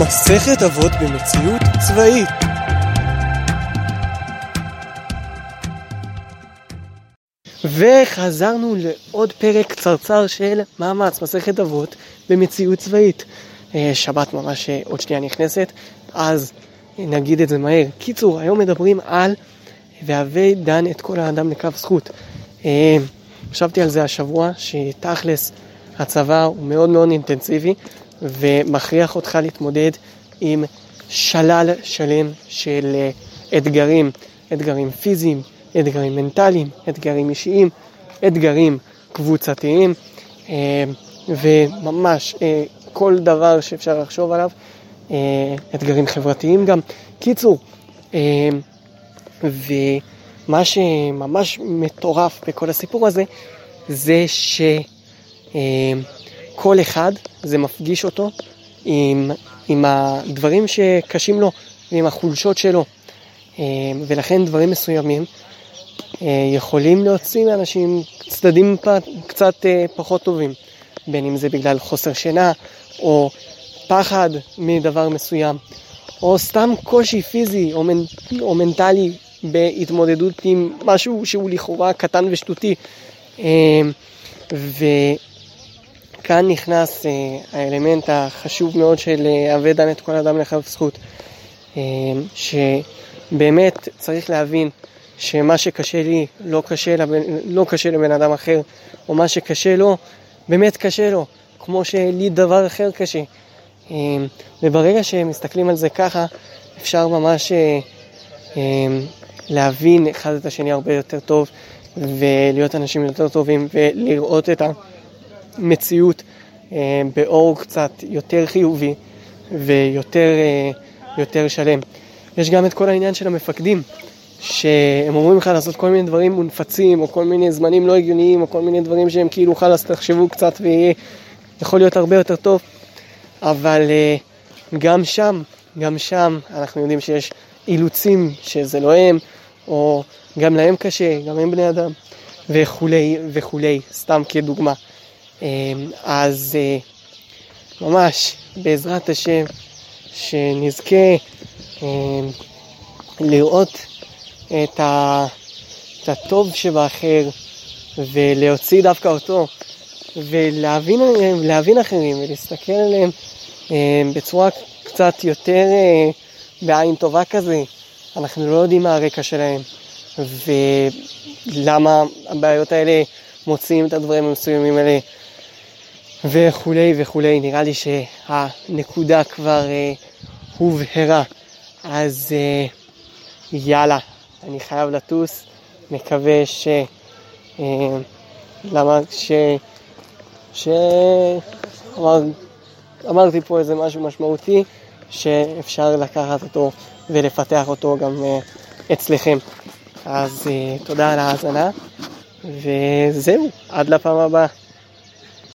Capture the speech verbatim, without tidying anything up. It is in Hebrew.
מסכת אבות במציאות צבאית. וחזרנו לעוד פרק קצרצר של מאמץ, מסכת אבות במציאות צבאית. שבת ממש עוד שנייה נכנסת, אז נגיד את זה מהר. קיצור, היום מדברים על והווי דן את כל האדם לקו זכות. חשבתי על זה השבוע, שתכלס הצבא הוא מאוד מאוד אינטנסיבי, ומכריח אותך להתמודד עם שלל שלם של אתגרים, אתגרים פיזיים, אתגרים מנטליים, אתגרים אישיים, אתגרים קבוצתיים, וממש כל דבר שאפשר לחשוב עליו, אתגרים חברתיים גם. קיצור, ומה שממש מטורף בכל הסיפור הזה, זה שכל אחד, זה מפגיש אותו עם, עם הדברים שקשים לו, ועם החולשות שלו. ולכן דברים מסוימים יכולים להוציא מאנשים צדדים קצת פחות טובים, בין אם זה בגלל חוסר שינה, או פחד מדבר מסוים, או סתם קושי פיזי או, מנ... או מנטלי בהתמודדות עם משהו שהוא לכאורה קטן ושטותי. וכאן נכנס האלמנט החשוב מאוד של הווי דן את כל אדם לקו זכות, שבאמת צריך להבין שמה שקשה לי לא קשה, לבן, לא קשה לבן אדם אחר, או מה שקשה לו באמת קשה לו, כמו שלי דבר אחר קשה. וברגע שמסתכלים על זה ככה, אפשר ממש להבין אחד את השני הרבה יותר טוב, ולהיות אנשים יותר טובים, ולראות את המציאות באור קצת יותר חיובי ויותר יותר שלם. יש גם את כל העניין של המפקדים, שהם אומרים לך לעשות כל מיני דברים מונפצים, או כל מיני זמנים לא הגיוניים, או כל מיני דברים שהם כאילו חלס תחשבו קצת ויכול להיות הרבה יותר טוב. אבל גם שם, גם שם אנחנו יודעים שיש אילוצים שזה לא הם, או גם להם קשה, גם הם בני אדם, וכולי וכולי, סתם כדוגמה. אז ממש בעזרת השם שנזכה לראות את, ה... את הטוב שבאחר, ולהוציא דווקא אותו, ולהבין עליהם, להבין אחרים, ולהסתכל עליהם בצורה קצת יותר בעין טובה כזה. אנחנו לא יודעים מה הרקע שלהם, ולמה הבעיות האלה מוציאים את הדברים המסוימים האלה, וכולי וכולי. נראה לי שהנקודה כבר הובהרה. אז יאללה, אני חייב לטוס. מקווה ש... למה ש... ש... אמר... אמרתי פה איזה משהו משמעותי שאפשר לקחת אותו ולפתח אותו גם אצלכם. אז תודה על ההאזנה, וזהו, עד לפעם הבאה.